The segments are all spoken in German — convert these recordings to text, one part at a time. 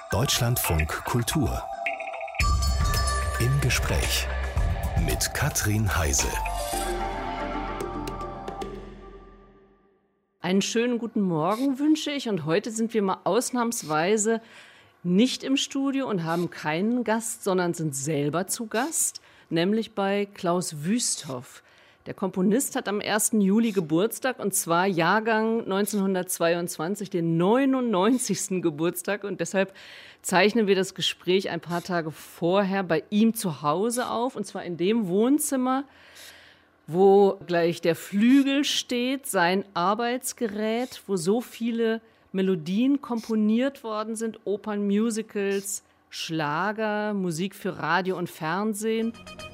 Deutschlandfunk Kultur. Im Gespräch mit Katrin Heise. Einen schönen guten Morgen wünsche ich, und heute sind wir mal ausnahmsweise nicht im Studio und haben keinen Gast, sondern sind selber zu Gast, nämlich bei Klaus Wüsthoff. Der Komponist hat am 1. Juli Geburtstag, und zwar Jahrgang 1922, den 99. Geburtstag. Und deshalb zeichnen wir das Gespräch ein paar Tage vorher bei ihm zu Hause auf, und zwar in dem Wohnzimmer, wo gleich der Flügel steht, sein Arbeitsgerät, wo so viele Melodien komponiert worden sind, Opern, Musicals, Schlager, Musik für Radio und Fernsehen.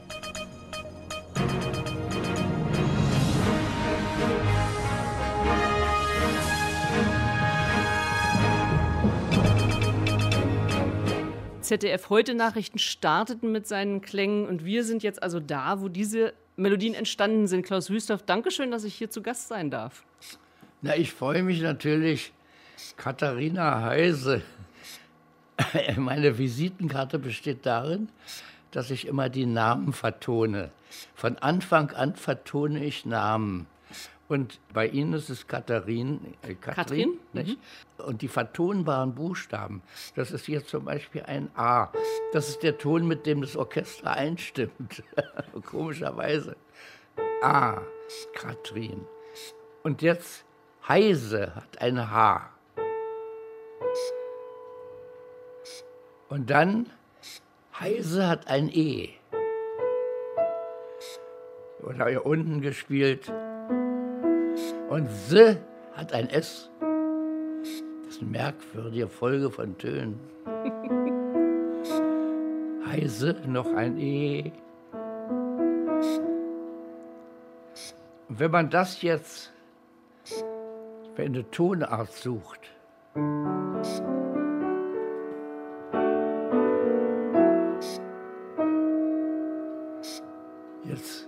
ZDF-Heute-Nachrichten starteten mit seinen Klängen, und wir sind jetzt also da, wo diese Melodien entstanden sind. Klaus Wüsthoff, Dankeschön, dass ich hier zu Gast sein darf. Na, ich freue mich natürlich. Katharina Heise. Meine Visitenkarte besteht darin, dass ich immer die Namen vertone. Von Anfang an vertone ich Namen. Und bei Ihnen ist es Katrin, nicht? Und die vertonbaren Buchstaben, das ist hier zum Beispiel ein A. Das ist der Ton, mit dem das Orchester einstimmt. Komischerweise. A, Katrin. Und jetzt Heise hat ein H. Und dann Heise hat ein E. Oder hier unten gespielt. Und S hat ein S. Das ist eine merkwürdige Folge von Tönen. Heise, noch ein E. Und wenn man das jetzt für eine Tonart sucht, jetzt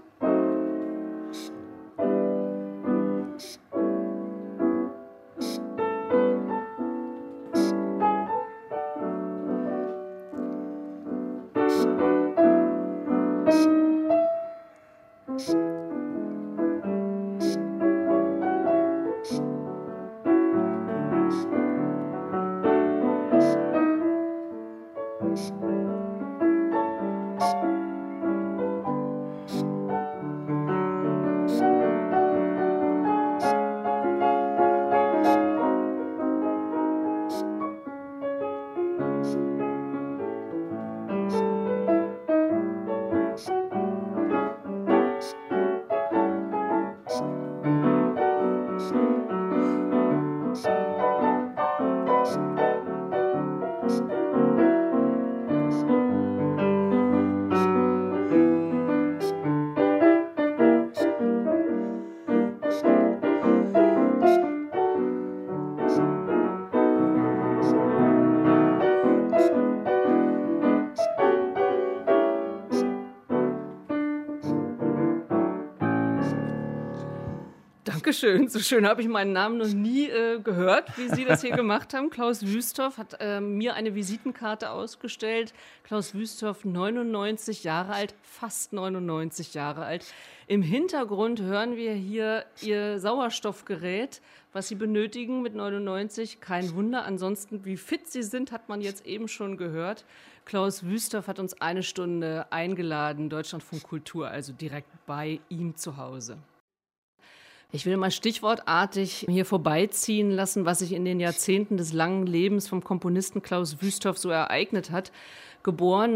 Dankeschön. So schön habe ich meinen Namen noch nie gehört, wie Sie das hier gemacht haben. Klaus Wüsthoff hat mir eine Visitenkarte ausgestellt. Klaus Wüsthoff, 99 Jahre alt, fast 99 Jahre alt. Im Hintergrund hören wir hier Ihr Sauerstoffgerät, was Sie benötigen mit 99. Kein Wunder. Ansonsten, wie fit Sie sind, hat man jetzt eben schon gehört. Klaus Wüsthoff hat uns eine Stunde eingeladen, Deutschlandfunk Kultur, also direkt bei ihm zu Hause. Ich will mal stichwortartig hier vorbeiziehen lassen, was sich in den Jahrzehnten des langen Lebens vom Komponisten Klaus Wüsthoff so ereignet hat. Geboren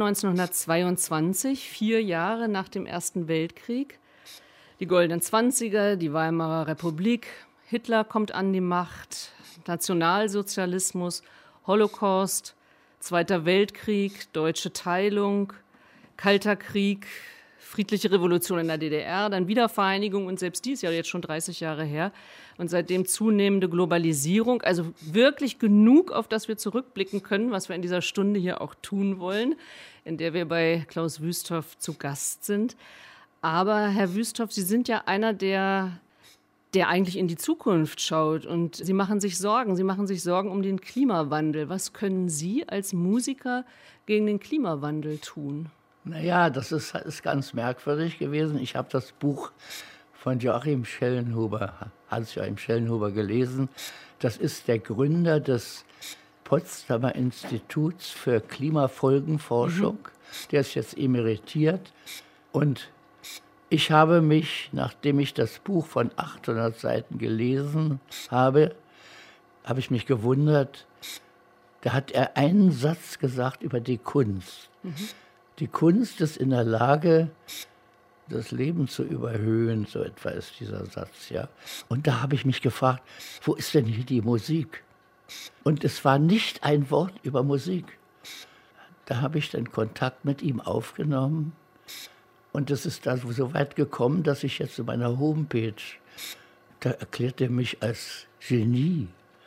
1922, 4 Jahre nach dem Ersten Weltkrieg. Die Goldenen Zwanziger, die Weimarer Republik, Hitler kommt an die Macht, Nationalsozialismus, Holocaust, Zweiter Weltkrieg, deutsche Teilung, Kalter Krieg, friedliche Revolution in der DDR, dann Wiedervereinigung, und selbst die ist ja jetzt schon 30 Jahre her. Und seitdem zunehmende Globalisierung, also wirklich genug, auf das wir zurückblicken können, was wir in dieser Stunde hier auch tun wollen, in der wir bei Klaus Wüsthoff zu Gast sind. Aber Herr Wüsthoff, Sie sind ja einer der der eigentlich in die Zukunft schaut. Und Sie machen sich Sorgen. Sie machen sich Sorgen um den Klimawandel. Was können Sie als Musiker gegen den Klimawandel tun? Naja, das ist ganz merkwürdig gewesen. Ich habe das Buch von Hans-Joachim Schellenhuber gelesen. Das ist der Gründer des Potsdamer Instituts für Klimafolgenforschung. Der ist jetzt emeritiert. Und ich habe mich, nachdem ich das Buch von 800 Seiten gelesen habe, habe ich mich gewundert. Da hat er einen Satz gesagt über die Kunst. Die Kunst ist in der Lage, das Leben zu überhöhen, so etwa ist dieser Satz, ja. Und da habe ich mich gefragt, wo ist denn hier die Musik? Und es war nicht ein Wort über Musik. Da habe ich dann Kontakt mit ihm aufgenommen. Und es ist dann so weit gekommen, dass ich jetzt in meiner Homepage, da erklärt er mich als Genie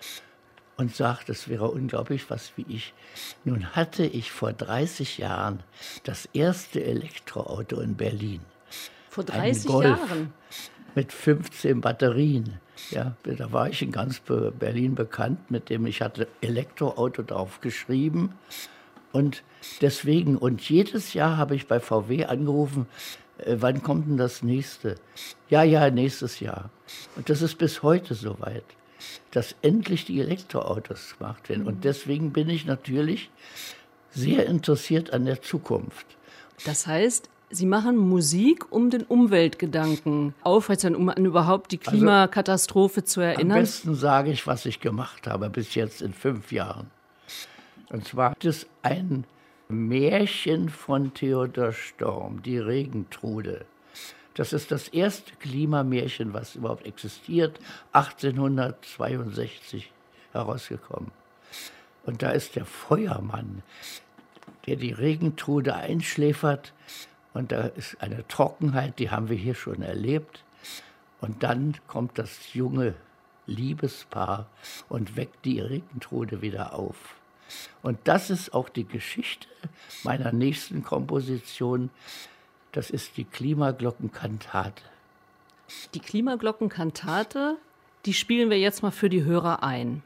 und sagt, es wäre unglaublich, was wie ich. Nun hatte ich vor 30 Jahren das erste Elektroauto in Berlin. Vor 30 Golf Jahren? Mit 15 Batterien. Ja, da war ich in ganz Berlin bekannt, mit dem ich hatte Elektroauto drauf geschrieben. Und deswegen, und jedes Jahr habe ich bei VW angerufen, wann kommt denn das nächste? Ja, nächstes Jahr. Und das ist bis heute soweit, dass endlich die Elektroautos gemacht werden. Und deswegen bin ich natürlich sehr interessiert an der Zukunft. Das heißt, Sie machen Musik, um den Umweltgedanken aufrechtzuerhalten, um an überhaupt die Klimakatastrophe zu erinnern? Am besten sage ich, was ich gemacht habe bis jetzt in 5 Jahren. Und zwar gibt es ein Märchen von Theodor Storm, die Regentrude. Das ist das erste Klimamärchen, was überhaupt existiert, 1862 herausgekommen. Und da ist der Feuermann, der die Regentrude einschläfert. Und da ist eine Trockenheit, die haben wir hier schon erlebt. Und dann kommt das junge Liebespaar und weckt die Regentrude wieder auf. Und das ist auch die Geschichte meiner nächsten Komposition. Das ist die Klimaglockenkantate. Die Klimaglockenkantate, die spielen wir jetzt mal für die Hörer ein.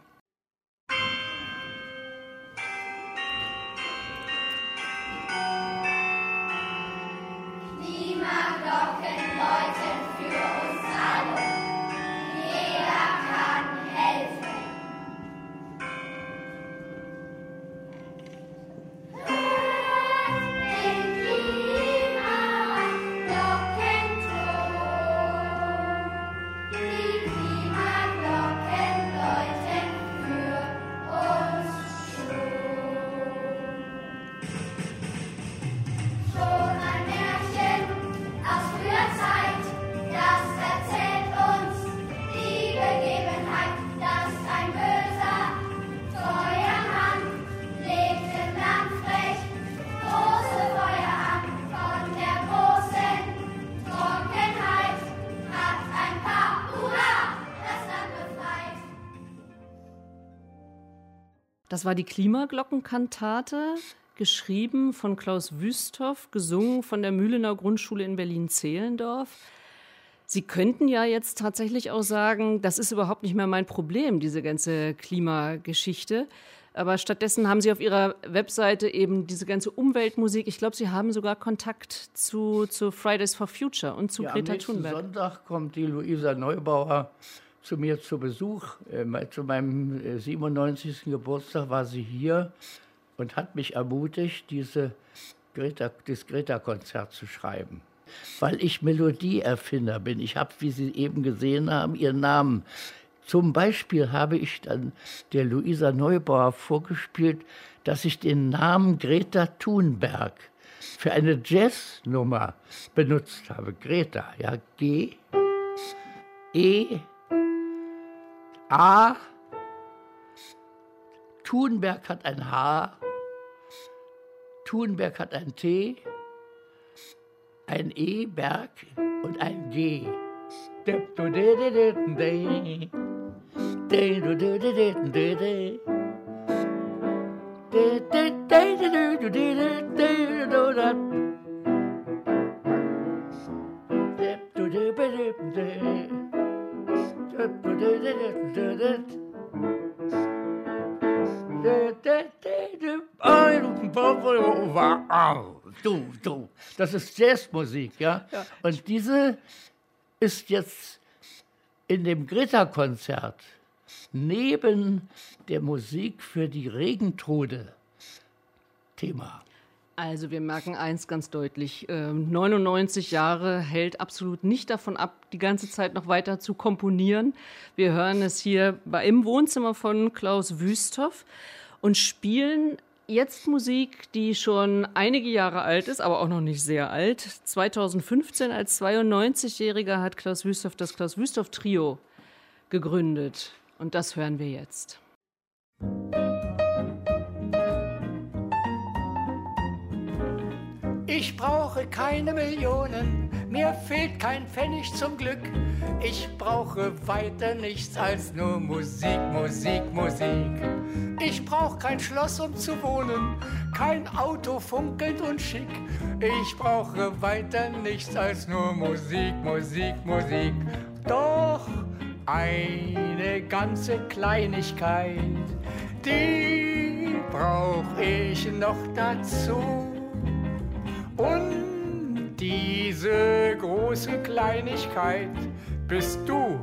Das war die Klimaglockenkantate, geschrieben von Klaus Wüsthoff, gesungen von der Mühlener Grundschule in Berlin-Zehlendorf. Sie könnten ja jetzt tatsächlich auch sagen, das ist überhaupt nicht mehr mein Problem, diese ganze Klimageschichte. Aber stattdessen haben Sie auf Ihrer Webseite eben diese ganze Umweltmusik. Ich glaube, Sie haben sogar Kontakt zu Fridays for Future und zu Greta Thunberg. Am nächsten Sonntag kommt die Luisa Neubauer zu mir zu Besuch. Zu meinem 97. Geburtstag war sie hier und hat mich ermutigt, das Greta-Konzert zu schreiben. Weil ich Melodieerfinder bin. Ich habe, wie Sie eben gesehen haben, ihren Namen. Zum Beispiel habe ich dann der Luisa Neubauer vorgespielt, dass ich den Namen Greta Thunberg für eine Jazznummer benutzt habe. Greta, ja, G, E, A, Thunberg hat ein H, Thunberg hat ein T, ein E, Berg und ein G. Du. Das ist Jazzmusik, ja? Und diese ist jetzt in dem Greta-Konzert neben der Musik für die Regentrude Thema. Also wir merken eins ganz deutlich, 99 Jahre hält absolut nicht davon ab, die ganze Zeit noch weiter zu komponieren. Wir hören es hier im Wohnzimmer von Klaus Wüsthoff und spielen jetzt Musik, die schon einige Jahre alt ist, aber auch noch nicht sehr alt. 2015 als 92-Jähriger hat Klaus Wüsthoff das Klaus Wüsthoff Trio gegründet. Und das hören wir jetzt. Ich brauche keine Millionen, mir fehlt kein Pfennig zum Glück. Ich brauche weiter nichts als nur Musik. Ich brauche kein Schloss, um zu wohnen, kein Auto funkelnd und schick. Ich brauche weiter nichts als nur Musik. Doch eine ganze Kleinigkeit, die brauche ich noch dazu. Und diese große Kleinigkeit bist du.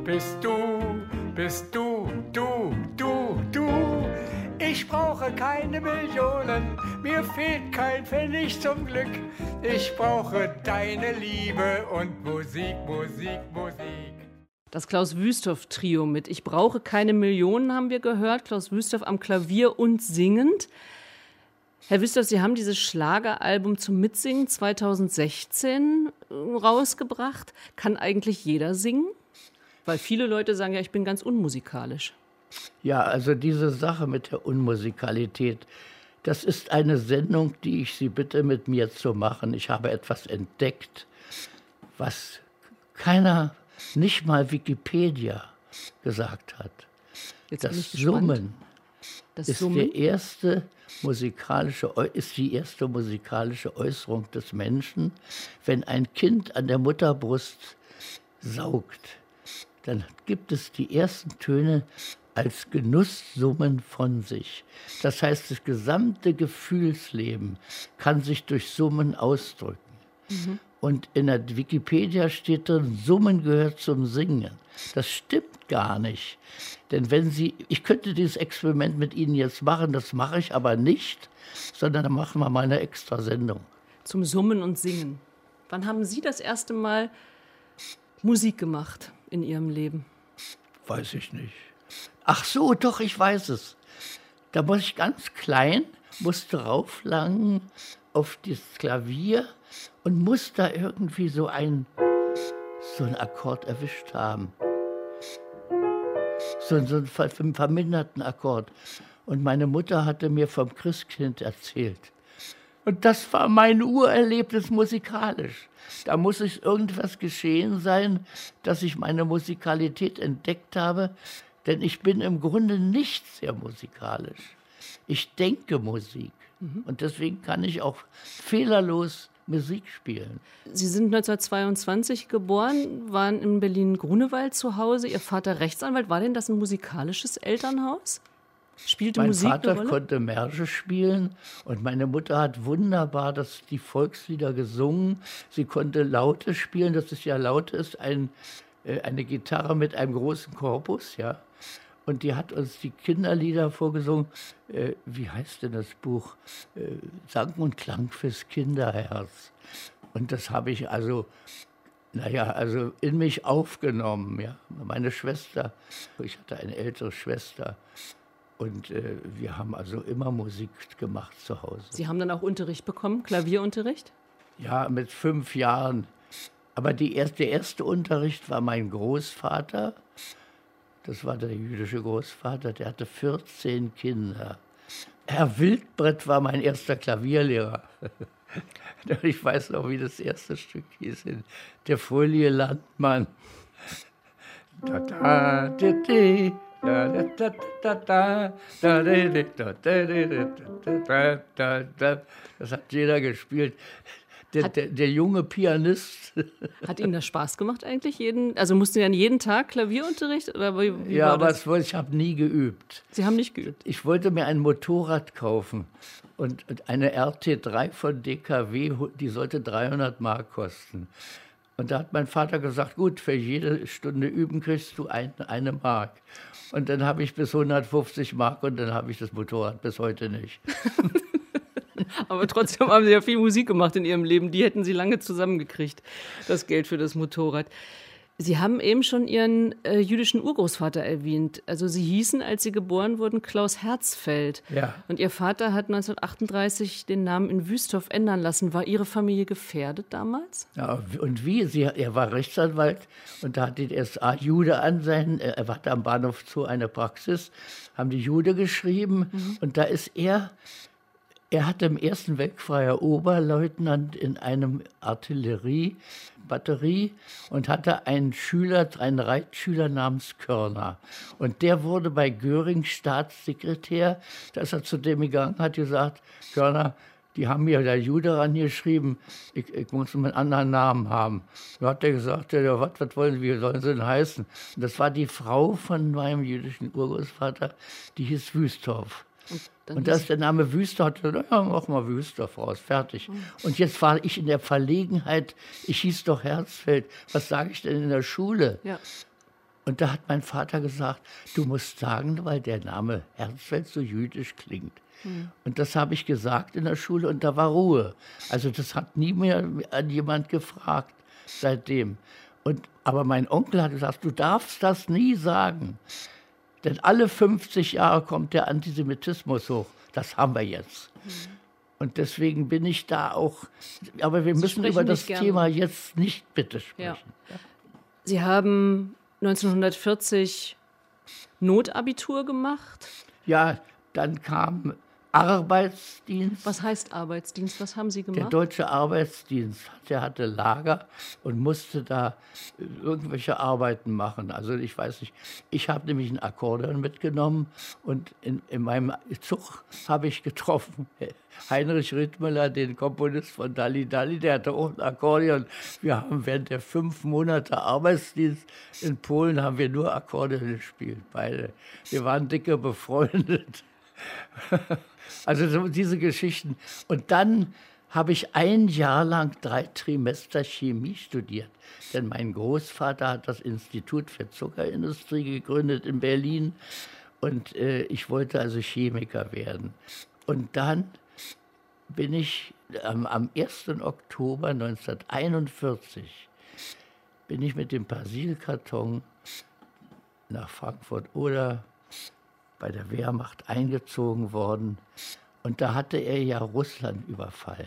Ich brauche keine Millionen, mir fehlt kein Pfennig zum Glück. Ich brauche deine Liebe und Musik. Das Klaus Wüsthoff Trio mit Ich brauche keine Millionen haben wir gehört. Klaus Wüsthoff am Klavier und singend. Herr Wüsthoff, Sie haben dieses Schlageralbum zum Mitsingen 2016 rausgebracht. Kann eigentlich jeder singen? Weil viele Leute sagen ja, ich bin ganz unmusikalisch. Ja, also diese Sache mit der Unmusikalität, das ist eine Sendung, die ich Sie bitte, mit mir zu machen. Ich habe etwas entdeckt, was keiner, nicht mal Wikipedia, gesagt hat. Jetzt das Summen ist die erste musikalische Äußerung des Menschen. Wenn ein Kind an der Mutterbrust saugt, dann gibt es die ersten Töne als Genusssummen von sich. Das heißt, das gesamte Gefühlsleben kann sich durch Summen ausdrücken. Mhm. Und in der Wikipedia steht drin, Summen gehört zum Singen. Das stimmt gar nicht. Denn ich könnte dieses Experiment mit Ihnen jetzt machen, das mache ich aber nicht, sondern dann machen wir mal eine extra Sendung. Zum Summen und Singen. Wann haben Sie das erste Mal Musik gemacht in Ihrem Leben? Weiß ich nicht. Ach so, doch, ich weiß es. Da muss ich ganz klein, musste rauflangen auf das Klavier und muss da irgendwie so einen Akkord erwischt haben. So einen verminderten Akkord. Und meine Mutter hatte mir vom Christkind erzählt. Und das war mein Urerlebnis musikalisch. Da muss es irgendwas geschehen sein, dass ich meine Musikalität entdeckt habe. Denn ich bin im Grunde nicht sehr musikalisch. Ich denke Musik. Und deswegen kann ich auch fehlerlos Musik spielen. Sie sind 1922 geboren, waren in Berlin-Grunewald zu Hause. Ihr Vater Rechtsanwalt. War denn das ein musikalisches Elternhaus? Spielte Musik eine Rolle? Mein Vater konnte Märsche spielen und meine Mutter hat wunderbar die Volkslieder gesungen. Sie konnte Laute spielen. Das ist ja Laute ist eine Gitarre mit einem großen Korpus, ja. Und die hat uns die Kinderlieder vorgesungen. Wie heißt denn das Buch? Sang und Klang fürs Kinderherz. Und das habe ich also in mich aufgenommen. Ja. Meine Schwester, ich hatte eine ältere Schwester. Und wir haben also immer Musik gemacht zu Hause. Sie haben dann auch Unterricht bekommen, Klavierunterricht? Ja, mit 5 Jahren. Aber der erste Unterricht war mein Großvater. Das war der jüdische Großvater, der hatte 14 Kinder. Herr Wildbrett war mein erster Klavierlehrer. Ich weiß noch, wie das erste Stück hieß, in der Folie Landmann. Das hat jeder gespielt. der junge Pianist. Hat Ihnen das Spaß gemacht eigentlich? Also mussten Sie dann jeden Tag Klavierunterricht? Oder wie Ja, war aber das? ich habe nie geübt. Sie haben nicht geübt? Ich wollte mir ein Motorrad kaufen und eine RT3 von DKW, die sollte 300 Mark kosten. Und da hat mein Vater gesagt, gut, für jede Stunde üben kriegst du eine Mark. Und dann habe ich bis 150 Mark und dann habe ich das Motorrad bis heute nicht. Aber trotzdem haben Sie ja viel Musik gemacht in Ihrem Leben. Die hätten Sie lange zusammengekriegt, das Geld für das Motorrad. Sie haben eben schon Ihren jüdischen Urgroßvater erwähnt. Also Sie hießen, als Sie geboren wurden, Klaus Herzfeld. Ja. Und Ihr Vater hat 1938 den Namen in Wüsthof ändern lassen. War Ihre Familie gefährdet damals? Ja, und wie? Er war Rechtsanwalt und da hat die SA Jude er hatte am Bahnhof Zoo eine Praxis, haben die Jude geschrieben und da ist er hatte im Ersten Weltkrieg freier Oberleutnant in einem Artilleriebatterie und hatte einen Reitschüler namens Körner. Und der wurde bei Göring Staatssekretär. Da ist er zu dem gegangen, hat gesagt, Körner, die haben mir der Jude rangeschrieben, ich muss einen anderen Namen haben. Da hat er gesagt, ja, was wollen Sie, wie sollen Sie denn heißen? Und das war die Frau von meinem jüdischen Urgroßvater, die hieß Wüsthof. Und da ist der Name Wüsthof, ja, mach mal Wüsthof raus, fertig. Und jetzt war ich in der Verlegenheit, ich hieß doch Herzfeld, was sage ich denn in der Schule? Ja. Und da hat mein Vater gesagt, du musst sagen, weil der Name Herzfeld so jüdisch klingt. Und das habe ich gesagt in der Schule und da war Ruhe. Also das hat nie mehr an jemand gefragt seitdem. Aber mein Onkel hat gesagt, du darfst das nie sagen. Denn alle 50 Jahre kommt der Antisemitismus hoch. Das haben wir jetzt. Und deswegen bin ich da auch. Aber wir müssen über das Thema jetzt nicht bitte sprechen. Ja. Sie haben 1940 Notabitur gemacht. Ja, dann kam Arbeitsdienst. Was heißt Arbeitsdienst? Was haben Sie gemacht? Der deutsche Arbeitsdienst, der hatte Lager und musste da irgendwelche Arbeiten machen. Also ich weiß nicht, ich habe nämlich ein Akkordeon mitgenommen und in meinem Zug habe ich getroffen Heinrich Rittmüller, den Komponist von Dalli Dalli, der hatte auch ein Akkordeon. Wir haben während der 5 Monate Arbeitsdienst in Polen haben wir nur Akkordeon gespielt, beide. Wir waren dicke befreundet. Also so diese Geschichten. Und dann habe ich 1 Jahr lang 3 Trimester Chemie studiert. Denn mein Großvater hat das Institut für Zuckerindustrie gegründet in Berlin. Und ich wollte also Chemiker werden. Und dann bin ich am 1. Oktober 1941 bin ich mit dem Persilkarton nach Frankfurt oder bei der Wehrmacht eingezogen worden. Und da hatte er ja Russland überfallen.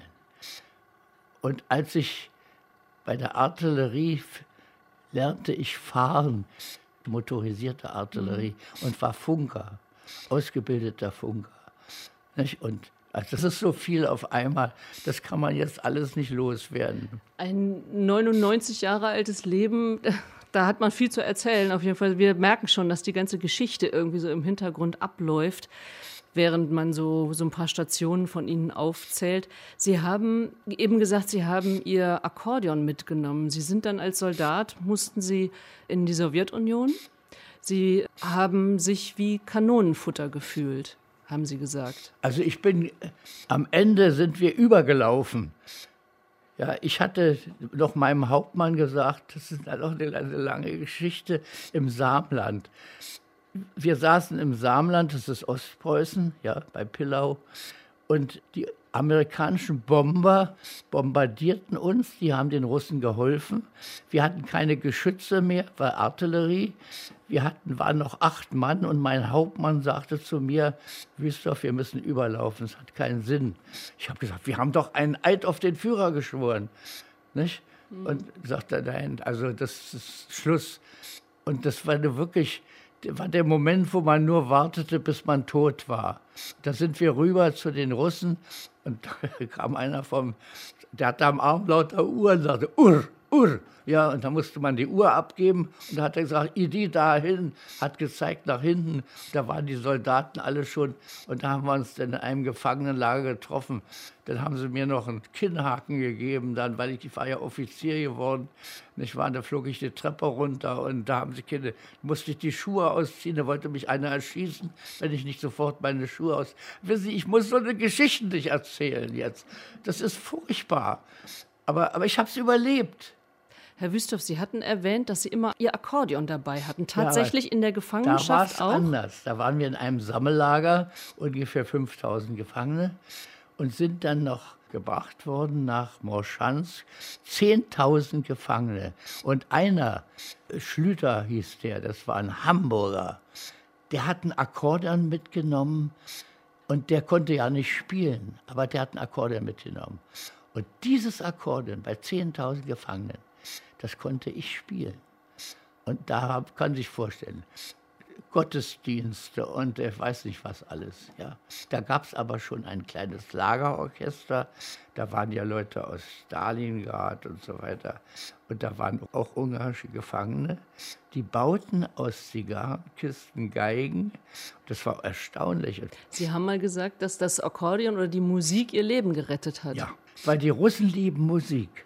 Und als ich bei der Artillerie lernte ich fahren, motorisierte Artillerie, und war Funker, ausgebildeter Funker. Nicht? Und also das ist so viel auf einmal, das kann man jetzt alles nicht loswerden. Ein 99 Jahre altes Leben, da hat man viel zu erzählen auf jeden Fall. Wir merken schon, dass die ganze Geschichte irgendwie so im Hintergrund abläuft, während man so ein paar Stationen von Ihnen aufzählt. Sie haben eben gesagt, Sie haben Ihr Akkordeon mitgenommen. Sie sind dann als Soldat, mussten Sie in die Sowjetunion. Sie haben sich wie Kanonenfutter gefühlt, haben Sie gesagt. Also am Ende sind wir übergelaufen. Ja, ich hatte noch meinem Hauptmann gesagt, das ist auch eine lange Geschichte, im Samland. Wir saßen im Samland, das ist Ostpreußen, ja, bei Pillau. Und die amerikanischen Bomber bombardierten uns, die haben den Russen geholfen. Wir hatten keine Geschütze mehr, war Artillerie. Waren noch 8 Mann und mein Hauptmann sagte zu mir, Wüsthof, wir müssen überlaufen, es hat keinen Sinn. Ich habe gesagt, wir haben doch einen Eid auf den Führer geschworen. Nicht? Und sagte, nein, also das ist Schluss. Und das war der Moment, wo man nur wartete, bis man tot war. Da sind wir rüber zu den Russen und da kam einer der hatte am Arm lauter Uhren und sagte, Urr, Uhr. Ja, und da musste man die Uhr abgeben. Und da hat er gesagt, die dahin, hat gezeigt nach hinten. Da waren die Soldaten alle schon. Und da haben wir uns dann in einem Gefangenenlager getroffen. Dann haben sie mir noch einen Kinnhaken gegeben, dann, weil ich war ja Offizier geworden. Nicht wahr? Da flog ich die Treppe runter und da haben sie Kinder, musste ich die Schuhe ausziehen. Da wollte mich einer erschießen, wenn ich nicht sofort meine Schuhe aus. Wissen Sie, ich muss so eine Geschichte nicht erzählen jetzt. Das ist furchtbar. Aber ich habe es überlebt. Herr Wüsthoff, Sie hatten erwähnt, dass Sie immer Ihr Akkordeon dabei hatten. Tatsächlich in der Gefangenschaft da war's auch? Anders. Da waren wir in einem Sammellager, ungefähr 5000 Gefangene, und sind dann noch gebracht worden nach Morschansk. 10.000 Gefangene. Und einer, Schlüter hieß der, das war ein Hamburger, der hat ein Akkordeon mitgenommen und der konnte ja nicht spielen, aber der hat ein Akkordeon mitgenommen. Und dieses Akkordeon bei 10.000 Gefangenen, das konnte ich spielen. Und da kann man sich vorstellen, Gottesdienste und ich weiß nicht was alles. Ja. Da gab es aber schon ein kleines Lagerorchester. Da waren ja Leute aus Stalingrad und so weiter. Und da waren auch ungarische Gefangene. Die bauten aus Zigarrenkisten Geigen. Das war erstaunlich. Sie haben mal gesagt, dass das Akkordeon oder die Musik Ihr Leben gerettet hat. Ja, weil die Russen lieben Musik.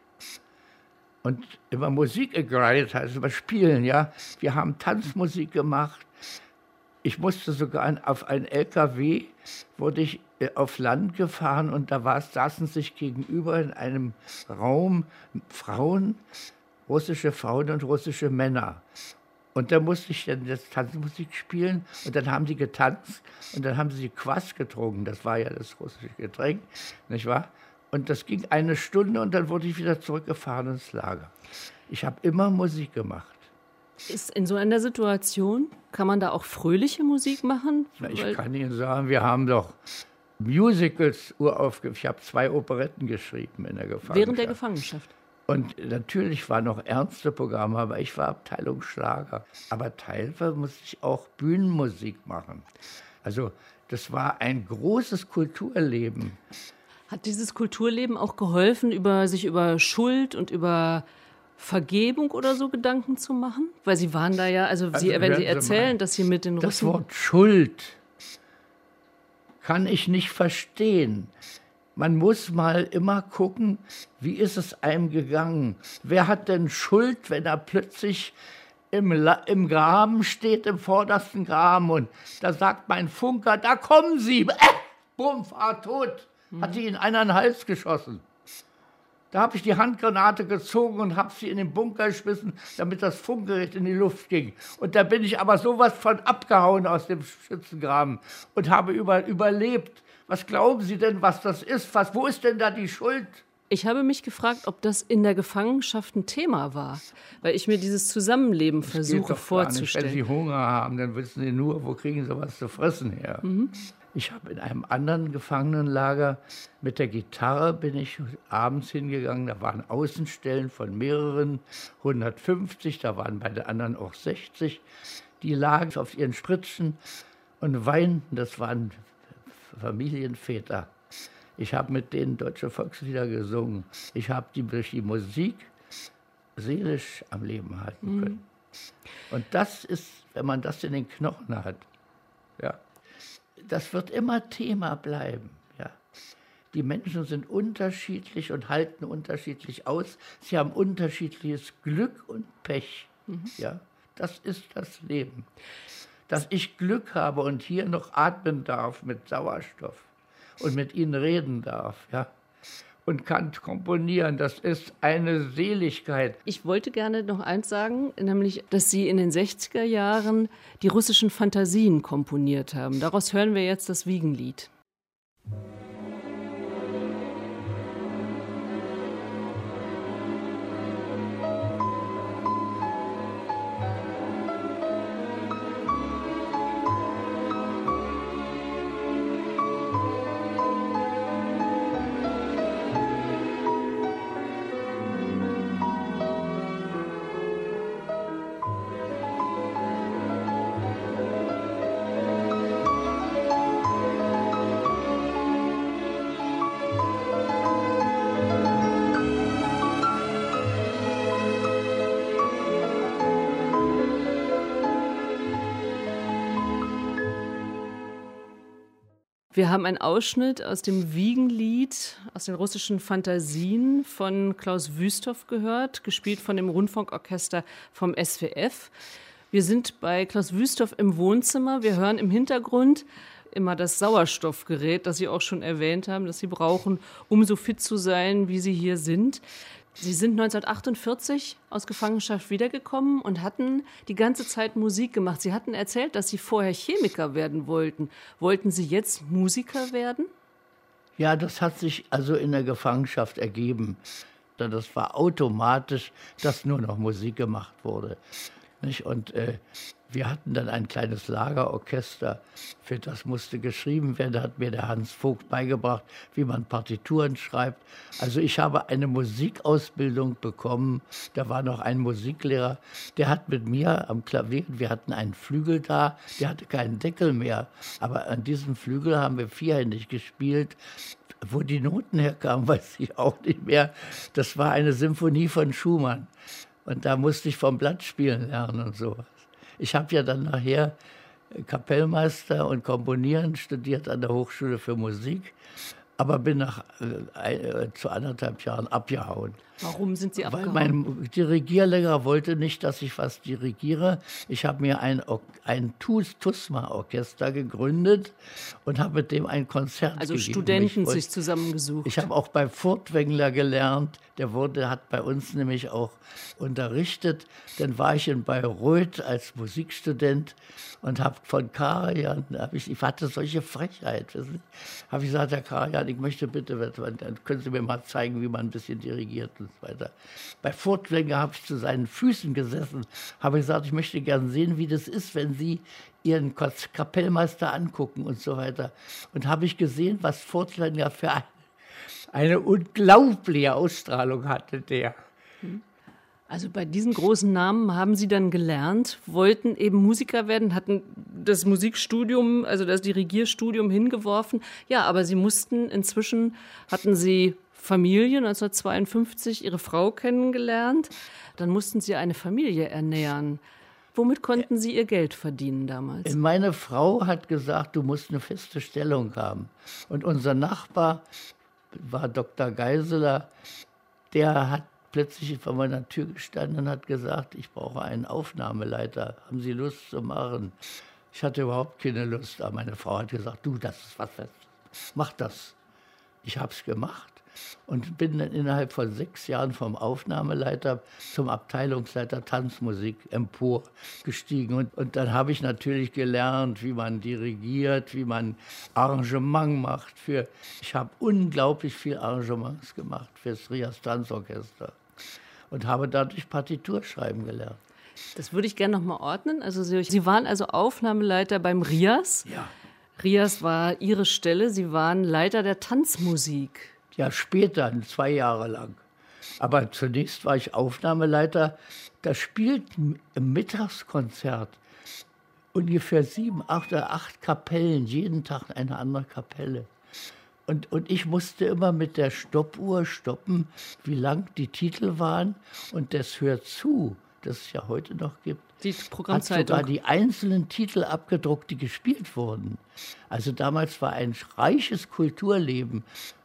Und immer Musik gereiht heißt immer spielen, ja. Wir haben Tanzmusik gemacht. Ich musste sogar auf einen LKW, wurde ich auf Land gefahren und da saßen sich gegenüber in einem Raum Frauen, russische Frauen und russische Männer. Und da musste ich dann das Tanzmusik spielen und dann haben die getanzt und dann haben sie Kvass getrunken. Das war ja das russische Getränk, nicht wahr? Und das ging eine Stunde und dann wurde ich wieder zurückgefahren ins Lager. Ich habe immer Musik gemacht. Ist in so einer Situation, kann man da auch fröhliche Musik machen? Na, ich kann Ihnen sagen, wir haben doch Musicals uraufgeführt. Ich habe 2 Operetten geschrieben in der Gefangenschaft. Während der Gefangenschaft? Und natürlich waren noch ernste Programme, aber ich war Abteilung Schlager. Aber teilweise musste ich auch Bühnenmusik machen. Also das war ein großes Kulturleben. Hat dieses Kulturleben auch geholfen, sich über Schuld und über Vergebung oder so Gedanken zu machen? Weil Sie waren da ja, wenn Sie erzählen, dass Sie mit den Russen... Das Wort Schuld kann ich nicht verstehen. Man muss mal immer gucken, wie ist es einem gegangen? Wer hat denn Schuld, wenn er plötzlich im Graben steht, im vordersten Graben und da sagt mein Funker, da kommen Sie, bumm, fahr tot. Hat die in einer in den Hals geschossen. Da habe ich die Handgranate gezogen und habe sie in den Bunker geschmissen, damit das Funkgerät in die Luft ging. Und da bin ich aber sowas von abgehauen aus dem Schützengraben und habe überlebt. Was glauben Sie denn, was das ist? Wo ist denn da die Schuld? Ich habe mich gefragt, ob das in der Gefangenschaft ein Thema war, weil ich mir dieses Zusammenleben versuche vorzustellen. Wenn Sie Hunger haben, dann wissen Sie nur, wo kriegen Sie was zu fressen her. Mhm. Ich habe in einem anderen Gefangenenlager mit der Gitarre bin ich abends hingegangen. Da waren Außenstellen von mehreren, 150, da waren bei den anderen auch 60. Die lagen auf ihren Spritzen und weinten. Das waren Familienväter. Ich habe mit denen deutsche Volkslieder gesungen. Ich habe die durch die Musik seelisch am Leben halten können. Und das ist, wenn man das in den Knochen hat, ja. Das wird immer Thema bleiben. Ja. Die Menschen sind unterschiedlich und halten unterschiedlich aus. Sie haben unterschiedliches Glück und Pech. Ja. Das ist das Leben. Dass ich Glück habe und hier noch atmen darf mit Sauerstoff und mit Ihnen reden darf, ja, und kann komponieren, das ist eine Seligkeit. Ich wollte gerne noch eins sagen, nämlich, dass Sie in den 60er Jahren die russischen Fantasien komponiert haben. Daraus hören wir jetzt das Wiegenlied. Wir haben einen Ausschnitt aus dem Wiegenlied aus den russischen Fantasien von Klaus Wüsthof gehört, gespielt von dem Rundfunkorchester vom SWF. Wir sind bei Klaus Wüsthof im Wohnzimmer. Wir hören im Hintergrund immer das Sauerstoffgerät, das Sie auch schon erwähnt haben, das Sie brauchen, um so fit zu sein, wie Sie hier sind. Sie sind 1948 aus Gefangenschaft wiedergekommen und hatten die ganze Zeit Musik gemacht. Sie hatten erzählt, dass Sie vorher Chemiker werden wollten. Wollten Sie jetzt Musiker werden? Ja, das hat sich also in der Gefangenschaft ergeben. Das war automatisch, dass nur noch Musik gemacht wurde. Und wir hatten dann ein kleines Lagerorchester, für das musste geschrieben werden. Da hat mir der Hans Vogt beigebracht, wie man Partituren schreibt. Also ich habe eine Musikausbildung bekommen. Da war noch ein Musiklehrer, der hat mit mir am Klavier, wir hatten einen Flügel da, der hatte keinen Deckel mehr. Aber an diesem Flügel haben wir vierhändig gespielt. Wo die Noten herkamen, weiß ich auch nicht mehr. Das war eine Symphonie von Schumann. Und da musste ich vom Blatt spielen lernen und sowas. Ich habe ja dann nachher Kapellmeister und Komponieren studiert an der Hochschule für Musik, aber bin nach zu 1,5 Jahren abgehauen. Warum sind Sie abgehauen? Weil mein Dirigierlehrer wollte nicht, dass ich was dirigiere. Ich habe mir ein TUSMA-Orchester gegründet und habe mit dem ein Konzert gegeben. Also Studenten sich zusammengesucht. Ich habe auch bei Furtwängler gelernt. Der hat bei uns nämlich auch unterrichtet. Dann war ich in Bayreuth als Musikstudent und habe von Karajan, ich hatte solche Frechheit, habe ich gesagt, Herr Karajan, ich möchte bitte, dann können Sie mir mal zeigen, wie man ein bisschen dirigiert und so weiter. Bei Furtwängler habe ich zu seinen Füßen gesessen, habe gesagt, ich möchte gerne sehen, wie das ist, wenn Sie Ihren Kapellmeister angucken und so weiter. Und habe ich gesehen, was Furtwängler für eine unglaubliche Ausstrahlung hatte, der. Also bei diesen großen Namen haben Sie dann gelernt, wollten eben Musiker werden, hatten das Musikstudium, also das Dirigierstudium hingeworfen. Ja, aber Sie hatten Sie Familie, 1952 Ihre Frau kennengelernt, dann mussten Sie eine Familie ernähren. Womit konnten Sie Ihr Geld verdienen damals? Meine Frau hat gesagt, du musst eine feste Stellung haben. Und unser Nachbar war Dr. Geiseler, der hat plötzlich vor meiner Tür gestanden und hat gesagt, ich brauche einen Aufnahmeleiter. Haben Sie Lust zu machen? Ich hatte überhaupt keine Lust, aber meine Frau hat gesagt, du, das ist was, mach das. Ich habe es gemacht und bin dann innerhalb von 6 Jahren vom Aufnahmeleiter zum Abteilungsleiter Tanzmusik emporgestiegen. Und dann habe ich natürlich gelernt, wie man dirigiert, wie man Arrangement macht. Ich habe unglaublich viel Arrangements gemacht für das Rias Tanzorchester und habe dadurch Partiturschreiben gelernt. Das würde ich gerne noch mal ordnen. Also Sie waren also Aufnahmeleiter beim Rias. Ja. Rias war Ihre Stelle. Sie waren Leiter der Tanzmusik. Ja, später, 2 Jahre lang. Aber zunächst war ich Aufnahmeleiter. Da spielten im Mittagskonzert ungefähr 7, 8 oder 8 Kapellen, jeden Tag eine andere Kapelle. Und ich musste immer mit der Stoppuhr stoppen, wie lang die Titel waren. Und das Hört zu, das es ja heute noch gibt, die Programmzeitung hat sogar die einzelnen Titel abgedruckt, die gespielt wurden. Also damals war ein reiches Kulturleben.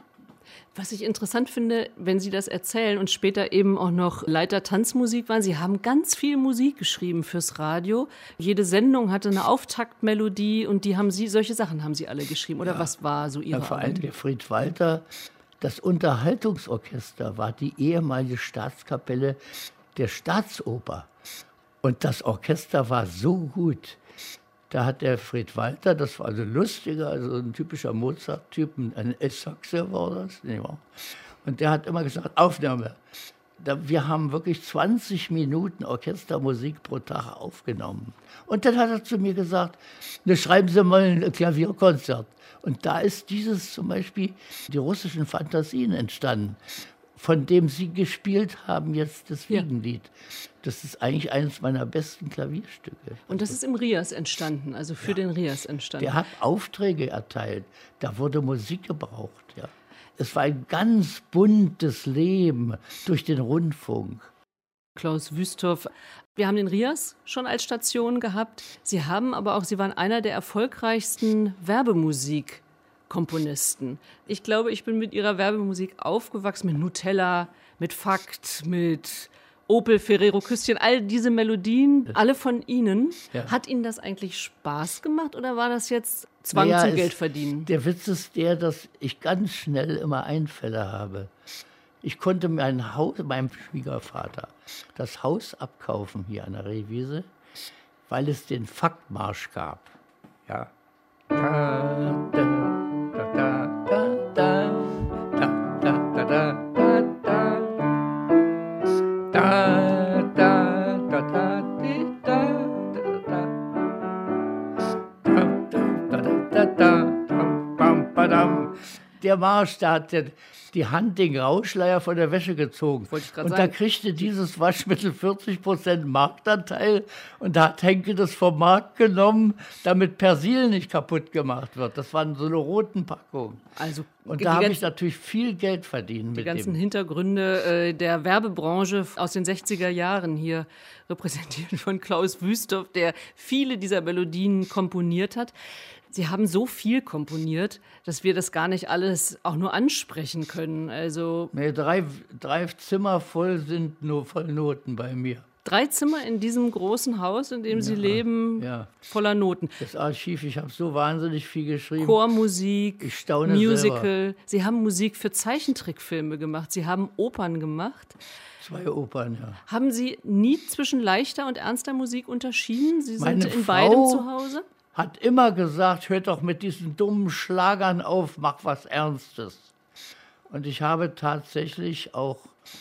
Was ich interessant finde, wenn Sie das erzählen und später eben auch noch Leiter Tanzmusik waren, Sie haben ganz viel Musik geschrieben fürs Radio. Jede Sendung hatte eine Auftaktmelodie und solche Sachen haben Sie alle geschrieben. Oder was war so Ihre Vor allem Arbeit? der Fried Walter, das Unterhaltungsorchester war die ehemalige Staatskapelle der Staatsoper. Und das Orchester war so gut. Da hat der Fried Walter, das war also lustiger, also ein typischer Mozart-Typ, ein Saxe war das. Und der hat immer gesagt, Aufnahme. Wir haben wirklich 20 Minuten Orchestermusik pro Tag aufgenommen. Und dann hat er zu mir gesagt, schreiben Sie mal ein Klavierkonzert. Und da ist zum Beispiel die russischen Fantasien entstanden, von dem Sie gespielt haben jetzt das Wiegenlied. Das ist eigentlich eines meiner besten Klavierstücke. Und das ist im Rias entstanden, also für den Rias entstanden. Der hat Aufträge erteilt, da wurde Musik gebraucht. Ja. Es war ein ganz buntes Leben durch den Rundfunk. Klaus Wüsthof, wir haben den Rias schon als Station gehabt. Sie waren einer der erfolgreichsten Werbemusikkomponisten Komponisten. Ich glaube, ich bin mit ihrer Werbemusik aufgewachsen, mit Nutella, mit Fakt, mit Opel, Ferrero Küsschen, all diese Melodien, alle von Ihnen. Ja. Hat Ihnen das eigentlich Spaß gemacht oder war das jetzt Zwang zum Geldverdienen? Der Witz ist der, dass ich ganz schnell immer Einfälle habe. Ich konnte meinem Schwiegervater, das Haus abkaufen hier an der Rehwiese, weil es den Faktmarsch gab. Ja. Da, da, da, da, da, da, da, da, da. Der Marsch, da hat die Hand den Grauschleier von der Wäsche gezogen. Und da kriegte dieses Waschmittel 40% Marktanteil. Und da hat Henke das vom Markt genommen, damit Persil nicht kaputt gemacht wird. Das waren so eine roten Packungen. Also, und da habe ich natürlich viel Geld verdient. Die ganzen Hintergründe der Werbebranche aus den 60er Jahren hier repräsentiert von Klaus Wüsthof, der viele dieser Melodien komponiert hat. Sie haben so viel komponiert, dass wir das gar nicht alles auch nur ansprechen können. Also nee, drei Zimmer voll sind nur voll Noten bei mir. 3 Zimmer in diesem großen Haus, in dem Sie leben, voller Noten. Das Archiv, ich habe so wahnsinnig viel geschrieben. Chormusik, ich staune Musical. Selber. Sie haben Musik für Zeichentrickfilme gemacht. Sie haben Opern gemacht. 2 Opern, ja. Haben Sie nie zwischen leichter und ernster Musik unterschieden? Sie sind Meine in Frau beidem zu Hause? Hat immer gesagt, hört doch mit diesen dummen Schlagern auf, mach was Ernstes. Und ich habe tatsächlich auch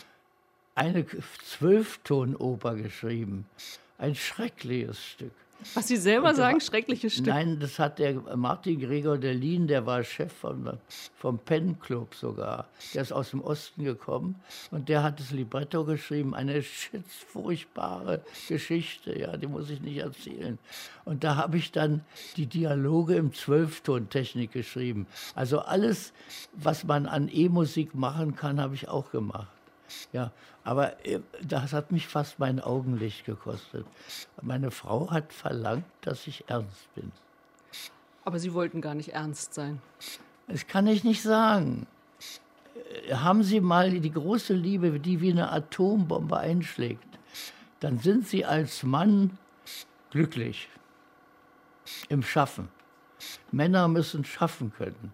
eine 12-Ton-Oper geschrieben. Ein schreckliches Stück. Was Sie selber sagen, schreckliches Stück? Nein, das hat der Martin Gregor Derlin, der war Chef vom Pen Club sogar. Der ist aus dem Osten gekommen und der hat das Libretto geschrieben. Eine furchtbare Geschichte, ja, die muss ich nicht erzählen. Und da habe ich dann die Dialoge im 12-Ton-Technik geschrieben. Also alles, was man an E-Musik machen kann, habe ich auch gemacht. Ja, aber das hat mich fast mein Augenlicht gekostet. Meine Frau hat verlangt, dass ich ernst bin. Aber Sie wollten gar nicht ernst sein. Das kann ich nicht sagen. Haben Sie mal die große Liebe, die wie eine Atombombe einschlägt, dann sind Sie als Mann glücklich im Schaffen. Männer müssen schaffen können.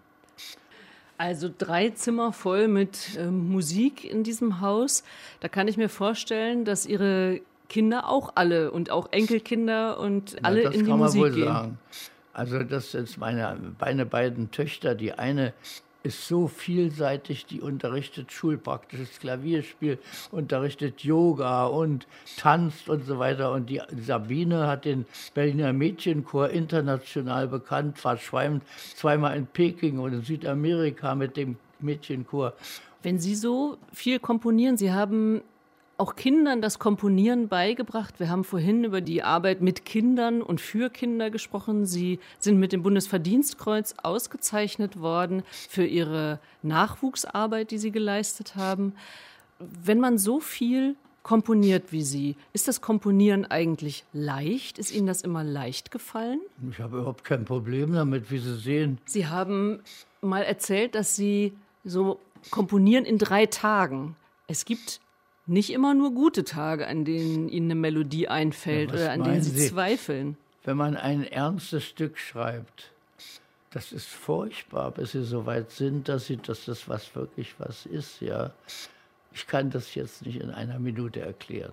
Also 3 Zimmer voll mit Musik in diesem Haus. Da kann ich mir vorstellen, dass Ihre Kinder auch alle und auch Enkelkinder und alle in die Musik gehen. Das kann man wohl sagen. Also das sind meine beiden Töchter. Die eine ist so vielseitig, die unterrichtet schulpraktisches Klavierspiel, unterrichtet Yoga und tanzt und so weiter. Und die Sabine hat den Berliner Mädchenchor international bekannt, war zweimal in Peking und in Südamerika mit dem Mädchenchor. Wenn Sie so viel komponieren, Sie haben auch Kindern das Komponieren beigebracht. Wir haben vorhin über die Arbeit mit Kindern und für Kinder gesprochen. Sie sind mit dem Bundesverdienstkreuz ausgezeichnet worden für Ihre Nachwuchsarbeit, die Sie geleistet haben. Wenn man so viel komponiert wie Sie, ist das Komponieren eigentlich leicht? Ist Ihnen das immer leicht gefallen? Ich habe überhaupt kein Problem damit, wie Sie sehen. Sie haben mal erzählt, dass Sie so komponieren in 3 Tagen. Es gibt nicht immer nur gute Tage, an denen Ihnen eine Melodie einfällt oder an denen Sie zweifeln. Wenn man ein ernstes Stück schreibt, das ist furchtbar, bis Sie so weit sind, dass das wirklich was ist. Ja. Ich kann das jetzt nicht in einer Minute erklären.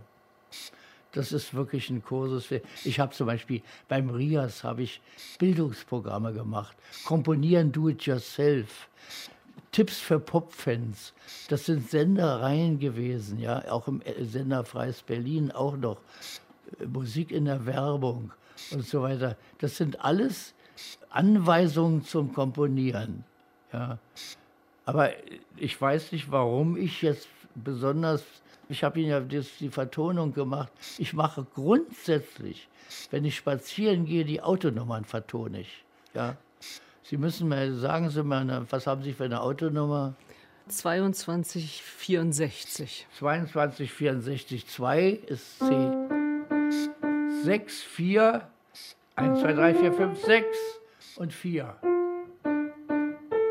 Das ist wirklich ein Kursus. Ich habe zum Beispiel beim RIAS Bildungsprogramme gemacht. Komponieren, do it yourself. Tipps für Popfans. Das sind Sendereien gewesen, ja, auch im Sender Freies Berlin auch noch. Musik in der Werbung und so weiter. Das sind alles Anweisungen zum Komponieren. Ja. Aber ich weiß nicht, warum ich jetzt besonders, ich habe Ihnen ja die Vertonung gemacht, ich mache grundsätzlich, wenn ich spazieren gehe, die Autonummern vertone ich. Ja. Sie müssen mir, sagen Sie mal, was haben Sie für eine Autonummer? 2264. 2264. 2 ist C. 6, 4, 1, 2, 3, 4, 5, 6 und 4.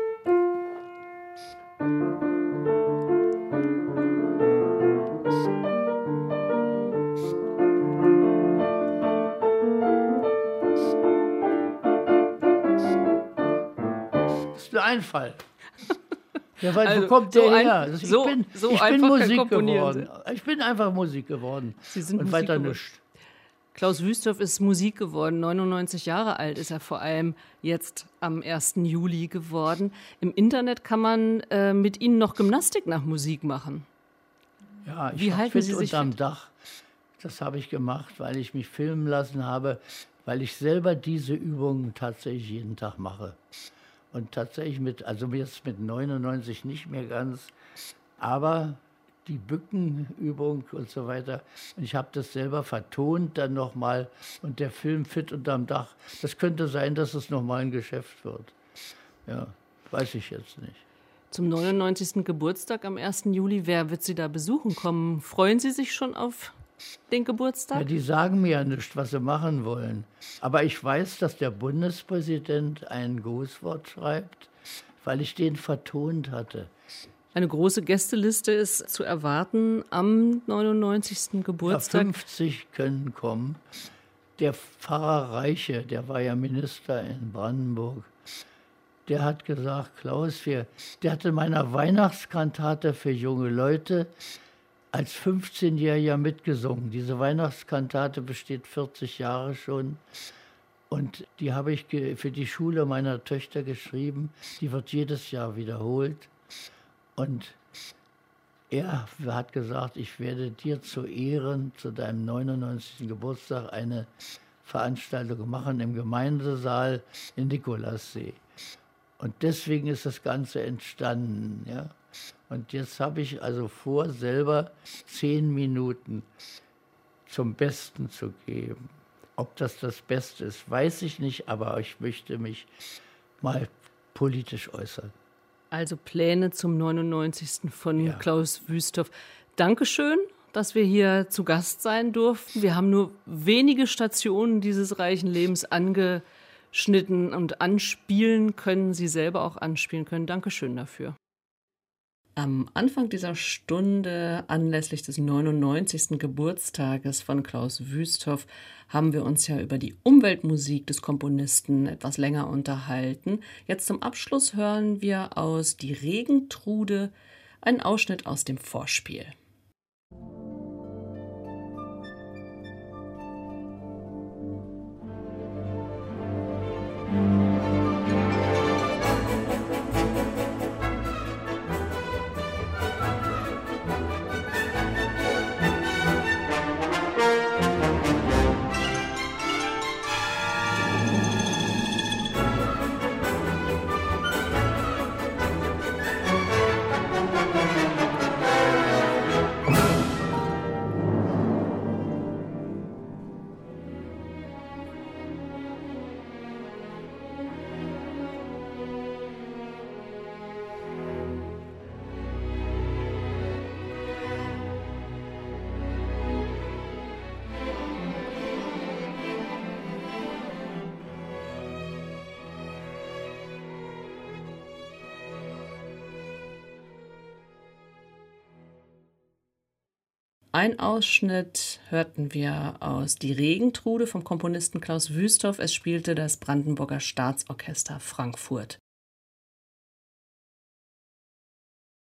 Einfall. Ja, weil, Also, wo kommt so der ein- her? Also so ich bin einfach Musik komponieren geworden. Ich bin einfach Musik geworden. Sie sind und Musik weiter geworden. nichts. Klaus Wüsthoff ist Musik geworden. 99 Jahre alt ist er vor allem jetzt am 1. Juli geworden. Im Internet kann man mit Ihnen noch Gymnastik nach Musik machen. Ja, Wie ich halten fit Sie sich unterm fit? Dach. Das habe ich gemacht, weil ich mich filmen lassen habe, weil ich selber diese Übungen tatsächlich jeden Tag mache. Und tatsächlich also jetzt mit 99 nicht mehr ganz, aber die Bückenübung und so weiter. Und ich habe das selber vertont dann nochmal und der Film Fit unterm Dach. Das könnte sein, dass es nochmal ein Geschäft wird. Ja, weiß ich jetzt nicht. Zum 99. Geburtstag am 1. Juli, wer wird Sie da besuchen kommen? Freuen Sie sich schon auf den Ja, Geburtstag? die sagen mir ja nicht, was sie machen wollen. Aber ich weiß, dass der Bundespräsident ein Grußwort schreibt, weil ich den vertont hatte. Eine große Gästeliste ist zu erwarten am 99. Ja, Geburtstag. 50 können kommen. Der Pfarrer Reiche, der war ja Minister in Brandenburg, der hat gesagt, Klaus, der hat in meiner Weihnachtskantate für junge Leute als 15-Jähriger mitgesungen. Diese Weihnachtskantate besteht 40 Jahre schon. Und die habe ich für die Schule meiner Töchter geschrieben. Die wird jedes Jahr wiederholt. Und er hat gesagt, ich werde dir zu Ehren, zu deinem 99. Geburtstag, eine Veranstaltung machen im Gemeindesaal in Nikolassee. Und deswegen ist das Ganze entstanden. Ja? Und jetzt habe ich also vor, selber 10 Minuten zum Besten zu geben. Ob das Beste ist, weiß ich nicht, aber ich möchte mich mal politisch äußern. Also Pläne zum 99. von Ja. Klaus Wüsthoff. Dankeschön, dass wir hier zu Gast sein durften. Wir haben nur wenige Stationen dieses reichen Lebens angeschnitten und anspielen können, Sie selber auch anspielen können. Dankeschön dafür. Am Anfang dieser Stunde, anlässlich des 99. Geburtstages von Klaus Wüsthoff, haben wir uns ja über die Umweltmusik des Komponisten etwas länger unterhalten. Jetzt zum Abschluss hören wir aus Die Regentrude einen Ausschnitt aus dem Vorspiel. Ein Ausschnitt hörten wir aus Die Regentrude vom Komponisten Klaus Wüsthoff. Es spielte das Brandenburger Staatsorchester Frankfurt.